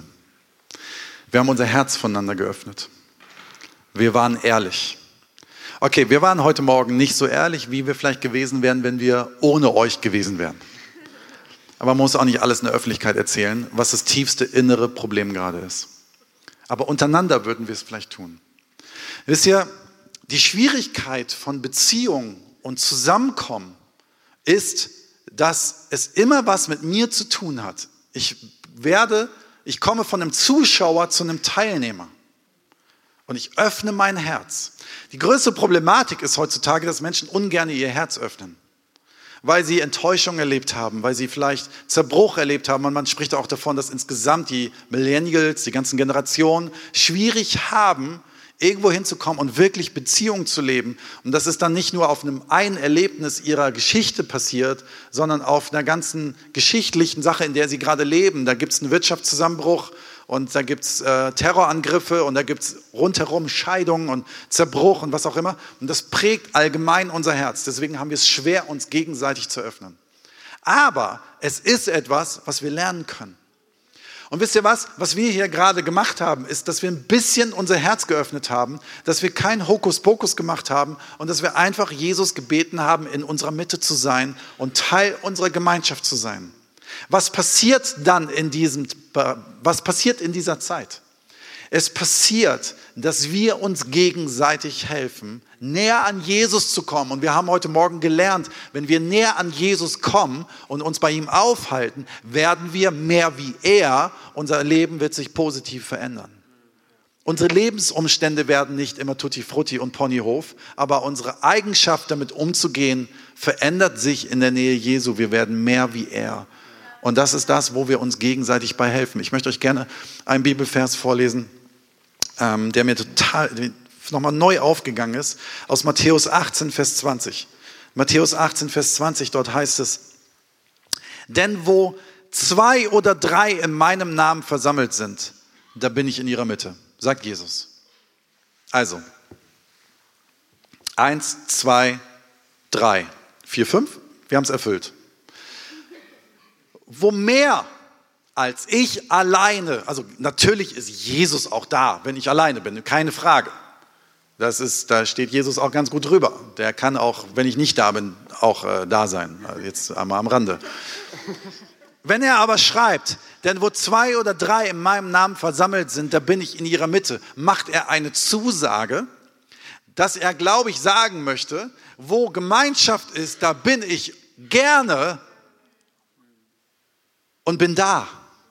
Wir haben unser Herz voneinander geöffnet. Wir waren ehrlich. Okay, wir waren heute Morgen nicht so ehrlich, wie wir vielleicht gewesen wären, wenn wir ohne euch gewesen wären. Aber man muss auch nicht alles in der Öffentlichkeit erzählen, was das tiefste innere Problem gerade ist. Aber untereinander würden wir es vielleicht tun. Wisst ihr, die Schwierigkeit von Beziehung und Zusammenkommen ist, dass es immer was mit mir zu tun hat. Ich werde, ich komme von einem Zuschauer zu einem Teilnehmer. Und ich öffne mein Herz. Die größte Problematik ist heutzutage, dass Menschen ungern ihr Herz öffnen. Weil sie Enttäuschung erlebt haben, weil sie vielleicht Zerbruch erlebt haben. Und man spricht auch davon, dass insgesamt die Millennials, die ganzen Generationen, schwierig haben, irgendwo hinzukommen und wirklich Beziehungen zu leben. Und das ist dann nicht nur auf einem einen Erlebnis ihrer Geschichte passiert, sondern auf einer ganzen geschichtlichen Sache, in der sie gerade leben. Da gibt es einen Wirtschaftszusammenbruch und da gibt es äh, Terrorangriffe und da gibt es rundherum Scheidungen und Zerbruch und was auch immer. Und das prägt allgemein unser Herz. Deswegen haben wir es schwer, uns gegenseitig zu öffnen. Aber es ist etwas, was wir lernen können. Und wisst ihr was? Was wir hier gerade gemacht haben, ist, dass wir ein bisschen unser Herz geöffnet haben, dass wir kein Hokuspokus gemacht haben und dass wir einfach Jesus gebeten haben, in unserer Mitte zu sein und Teil unserer Gemeinschaft zu sein. Was passiert dann in diesem, was passiert in dieser Zeit? Es passiert, dass wir uns gegenseitig helfen, näher an Jesus zu kommen. Und wir haben heute Morgen gelernt, wenn wir näher an Jesus kommen und uns bei ihm aufhalten, werden wir mehr wie er. Unser Leben wird sich positiv verändern. Unsere Lebensumstände werden nicht immer Tutti Frutti und Ponyhof, aber unsere Eigenschaft, damit umzugehen, verändert sich in der Nähe Jesu. Wir werden mehr wie er. Und das ist das, wo wir uns gegenseitig bei helfen. Ich möchte euch gerne einen Bibelvers vorlesen, ähm, der mir total nochmal neu aufgegangen ist, aus Matthäus achtzehn, Vers zwanzig. Matthäus achtzehn, Vers zwanzig, dort heißt es, denn wo zwei oder drei in meinem Namen versammelt sind, da bin ich in ihrer Mitte, sagt Jesus. Also, eins, zwei, drei, vier, fünf, wir haben es erfüllt. Wo mehr als ich alleine, also natürlich ist Jesus auch da, wenn ich alleine bin, keine Frage. Das ist, da steht Jesus auch ganz gut drüber. Der kann auch, wenn ich nicht da bin, auch äh, da sein. Also jetzt einmal am Rande. Wenn er aber schreibt, denn wo zwei oder drei in meinem Namen versammelt sind, da bin ich in ihrer Mitte, macht er eine Zusage, dass er, glaube ich, sagen möchte, wo Gemeinschaft ist, da bin ich gerne und bin da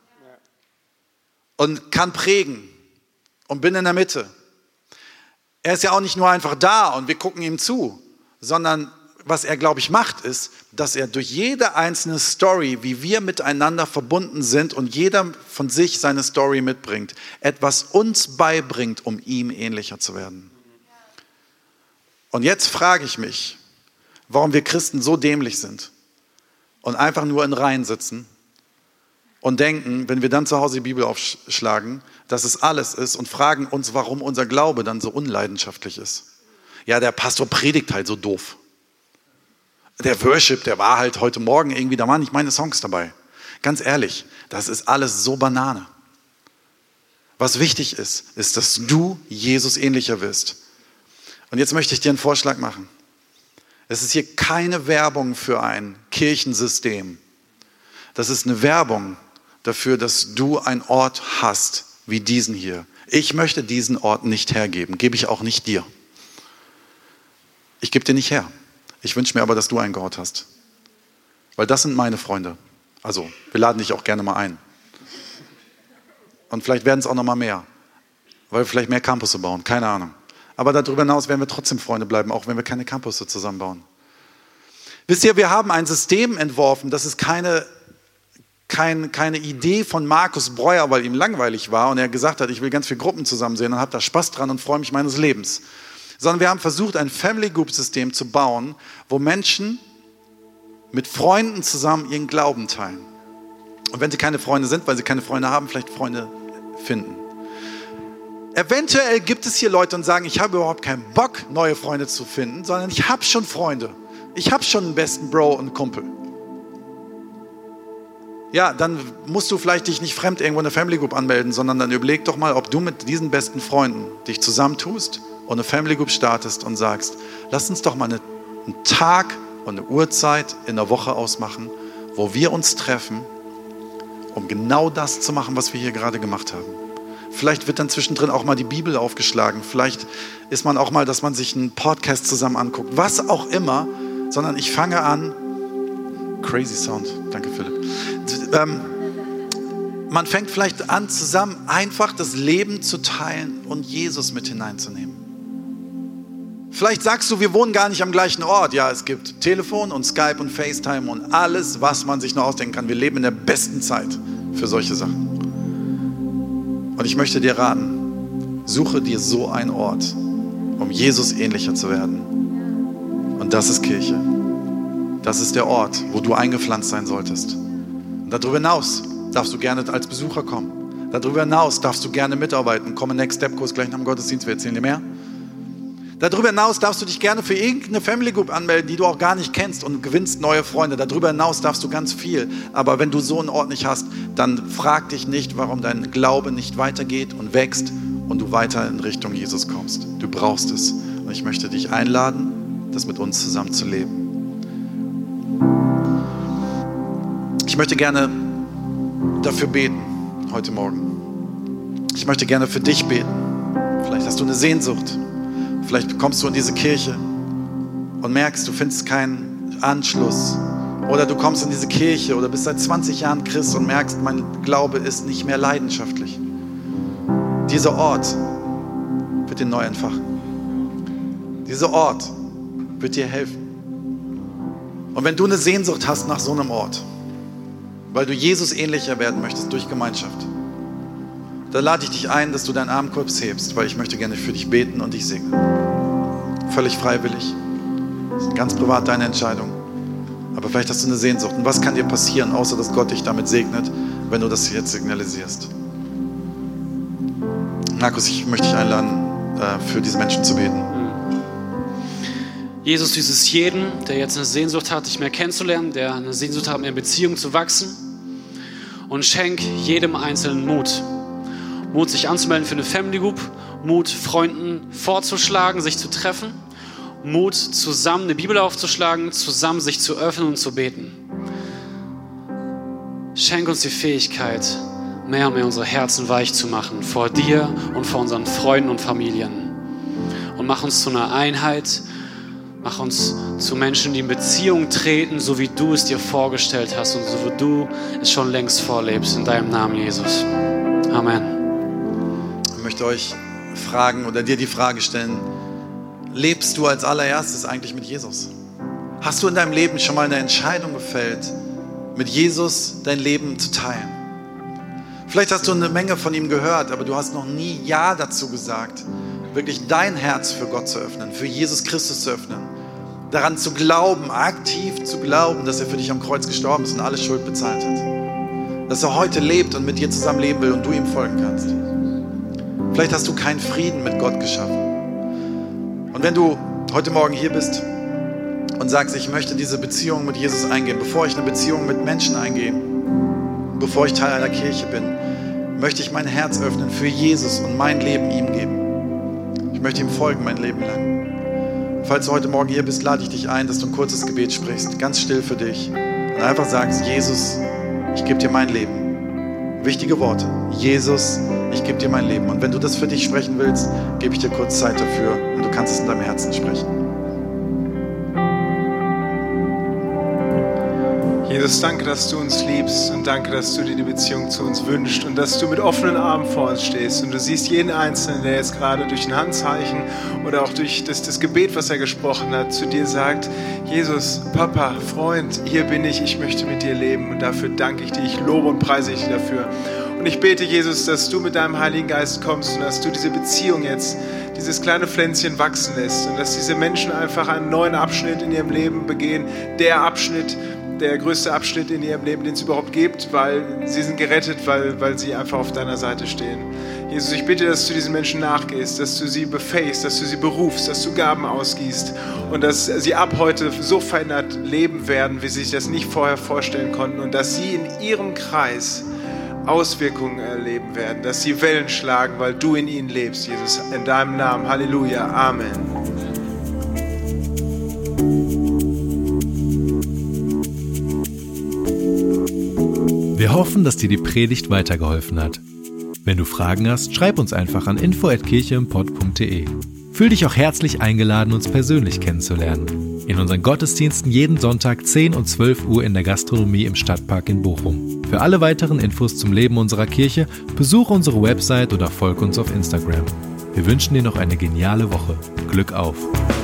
und kann prägen und bin in der Mitte. Er ist ja auch nicht nur einfach da und wir gucken ihm zu, sondern was er, glaube ich, macht, ist, dass er durch jede einzelne Story, wie wir miteinander verbunden sind und jeder von sich seine Story mitbringt, etwas uns beibringt, um ihm ähnlicher zu werden. Und jetzt frage ich mich, warum wir Christen so dämlich sind und einfach nur in Reihen sitzen und denken, wenn wir dann zu Hause die Bibel aufschlagen, dass es alles ist und fragen uns, warum unser Glaube dann so unleidenschaftlich ist. Ja, der Pastor predigt halt so doof. Der Worship, der war halt heute Morgen irgendwie, da waren nicht meine Songs dabei. Ganz ehrlich, das ist alles so Banane. Was wichtig ist, ist, dass du Jesus ähnlicher wirst. Und jetzt möchte ich dir einen Vorschlag machen. Es ist hier keine Werbung für ein Kirchensystem. Das ist eine Werbung dafür, dass du einen Ort hast wie diesen hier. Ich möchte diesen Ort nicht hergeben, gebe ich auch nicht dir. Ich gebe dir nicht her. Ich wünsche mir aber, dass du einen Gott hast. Weil das sind meine Freunde. Also, wir laden dich auch gerne mal ein. Und vielleicht werden es auch noch mal mehr. Weil wir vielleicht mehr Campusse bauen, keine Ahnung. Aber darüber hinaus werden wir trotzdem Freunde bleiben, auch wenn wir keine Campusse zusammenbauen. Wisst ihr, wir haben ein System entworfen, das ist keine, kein, keine Idee von Markus Breuer, weil ihm langweilig war und er gesagt hat, ich will ganz viele Gruppen zusammen sehen und habe da Spaß dran und freue mich meines Lebens. sondern wir haben versucht, ein Family Group System zu bauen, wo Menschen mit Freunden zusammen ihren Glauben teilen. Und wenn sie keine Freunde sind, weil sie keine Freunde haben, vielleicht Freunde finden. Eventuell gibt es hier Leute und sagen, ich habe überhaupt keinen Bock, neue Freunde zu finden, sondern ich habe schon Freunde. Ich habe schon einen besten Bro und Kumpel. Ja, dann musst du vielleicht dich nicht fremd irgendwo in eine Family Group anmelden, sondern dann überleg doch mal, ob du mit diesen besten Freunden dich zusammentust und eine Family Group startest und sagst, lass uns doch mal eine, einen Tag und eine Uhrzeit in der Woche ausmachen, wo wir uns treffen, um genau das zu machen, was wir hier gerade gemacht haben. Vielleicht wird dann zwischendrin auch mal die Bibel aufgeschlagen. Vielleicht ist man auch mal, dass man sich einen Podcast zusammen anguckt. Was auch immer, sondern ich fange an. Crazy Sound, danke Philipp. Ähm, man fängt vielleicht an, zusammen einfach das Leben zu teilen und Jesus mit hineinzunehmen. Vielleicht sagst du, wir wohnen gar nicht am gleichen Ort. Ja, es gibt Telefon und Skype und FaceTime und alles, was man sich nur ausdenken kann. Wir leben in der besten Zeit für solche Sachen. Und ich möchte dir raten, suche dir so einen Ort, um Jesus ähnlicher zu werden. Und das ist Kirche. Das ist der Ort, wo du eingepflanzt sein solltest. Und darüber hinaus darfst du gerne als Besucher kommen. Darüber hinaus darfst du gerne mitarbeiten. Komm in Next Step Kurs gleich nach dem Gottesdienst, wir erzählen dir mehr. Darüber hinaus darfst du dich gerne für irgendeine Family Group anmelden, die du auch gar nicht kennst und gewinnst neue Freunde. Darüber hinaus darfst du ganz viel. Aber wenn du so einen Ort nicht hast, dann frag dich nicht, warum dein Glaube nicht weitergeht und wächst und du weiter in Richtung Jesus kommst. Du brauchst es. Und ich möchte dich einladen, das mit uns zusammen zu leben. Ich möchte gerne dafür beten heute Morgen. Ich möchte gerne für dich beten. Vielleicht hast du eine Sehnsucht. Vielleicht kommst du in diese Kirche und merkst, du findest keinen Anschluss. Oder du kommst in diese Kirche oder bist seit zwanzig Jahren Christ und merkst, mein Glaube ist nicht mehr leidenschaftlich. Dieser Ort wird dir neu entfachen. Dieser Ort wird dir helfen. Und wenn du eine Sehnsucht hast nach so einem Ort, weil du Jesus ähnlicher werden möchtest durch Gemeinschaft, dann lade ich dich ein, dass du deinen Arm kurz hebst, weil ich möchte gerne für dich beten und dich segnen. Völlig freiwillig. Das ist ganz privat deine Entscheidung. Aber vielleicht hast du eine Sehnsucht. Und was kann dir passieren, außer dass Gott dich damit segnet, wenn du das jetzt signalisierst? Markus, ich möchte dich einladen, für diese Menschen zu beten. Jesus, du siehst jeden, der jetzt eine Sehnsucht hat, dich mehr kennenzulernen, der eine Sehnsucht hat, mehr in Beziehung zu wachsen. Und schenk jedem Einzelnen Mut. Mut, sich anzumelden für eine Family Group. Mut, Freunden vorzuschlagen, sich zu treffen. Mut, zusammen eine Bibel aufzuschlagen, zusammen sich zu öffnen und zu beten. Schenk uns die Fähigkeit, mehr und mehr unsere Herzen weich zu machen vor dir und vor unseren Freunden und Familien. Und mach uns zu einer Einheit. Mach uns zu Menschen, die in Beziehung treten, so wie du es dir vorgestellt hast und so wie du es schon längst vorlebst. In deinem Namen, Jesus. Amen. Ich möchte euch fragen oder dir die Frage stellen, lebst du als allererstes eigentlich mit Jesus? Hast du in deinem Leben schon mal eine Entscheidung gefällt, mit Jesus dein Leben zu teilen? Vielleicht hast du eine Menge von ihm gehört, aber du hast noch nie Ja dazu gesagt, wirklich dein Herz für Gott zu öffnen, für Jesus Christus zu öffnen, daran zu glauben, aktiv zu glauben, dass er für dich am Kreuz gestorben ist und alle Schuld bezahlt hat. Dass er heute lebt und mit dir zusammen leben will und du ihm folgen kannst. Vielleicht hast du keinen Frieden mit Gott geschaffen. Und wenn du heute Morgen hier bist und sagst, ich möchte diese Beziehung mit Jesus eingehen, bevor ich eine Beziehung mit Menschen eingehe, bevor ich Teil einer Kirche bin, möchte ich mein Herz öffnen für Jesus und mein Leben ihm geben. Ich möchte ihm folgen mein Leben lang. Falls du heute Morgen hier bist, lade ich dich ein, dass du ein kurzes Gebet sprichst, ganz still für dich und einfach sagst, Jesus, ich gebe dir mein Leben. Wichtige Worte. Jesus, ich gebe dir mein Leben. Und wenn du das für dich sprechen willst, gebe ich dir kurz Zeit dafür und du kannst es in deinem Herzen sprechen. Jesus, danke, dass du uns liebst und danke, dass du dir die Beziehung zu uns wünschst und dass du mit offenen Armen vor uns stehst und du siehst jeden Einzelnen, der jetzt gerade durch ein Handzeichen oder auch durch das, das Gebet, was er gesprochen hat, zu dir sagt, Jesus, Papa, Freund, hier bin ich, ich möchte mit dir leben und dafür danke ich dir, ich lobe und preise dich dafür. Und ich bete, Jesus, dass du mit deinem Heiligen Geist kommst und dass du diese Beziehung jetzt, dieses kleine Pflänzchen wachsen lässt und dass diese Menschen einfach einen neuen Abschnitt in ihrem Leben begehen. Der Abschnitt, der größte Abschnitt in ihrem Leben, den es überhaupt gibt, weil sie sind gerettet, weil, weil sie einfach auf deiner Seite stehen. Jesus, ich bitte, dass du diesen Menschen nachgehst, dass du sie befähigst, dass du sie berufst, dass du Gaben ausgießt und dass sie ab heute so verändert leben werden, wie sie sich das nicht vorher vorstellen konnten und dass sie in ihrem Kreis Auswirkungen erleben werden, dass sie Wellen schlagen, weil du in ihnen lebst, Jesus. In deinem Namen. Halleluja. Amen. Wir hoffen, dass dir die Predigt weitergeholfen hat. Wenn du Fragen hast, schreib uns einfach an info at kircheimpott punkt de. Fühl dich auch herzlich eingeladen, uns persönlich kennenzulernen. In unseren Gottesdiensten jeden Sonntag zehn und zwölf Uhr in der Gastronomie im Stadtpark in Bochum. Für alle weiteren Infos zum Leben unserer Kirche besuche unsere Website oder folge uns auf Instagram. Wir wünschen dir noch eine geniale Woche. Glück auf!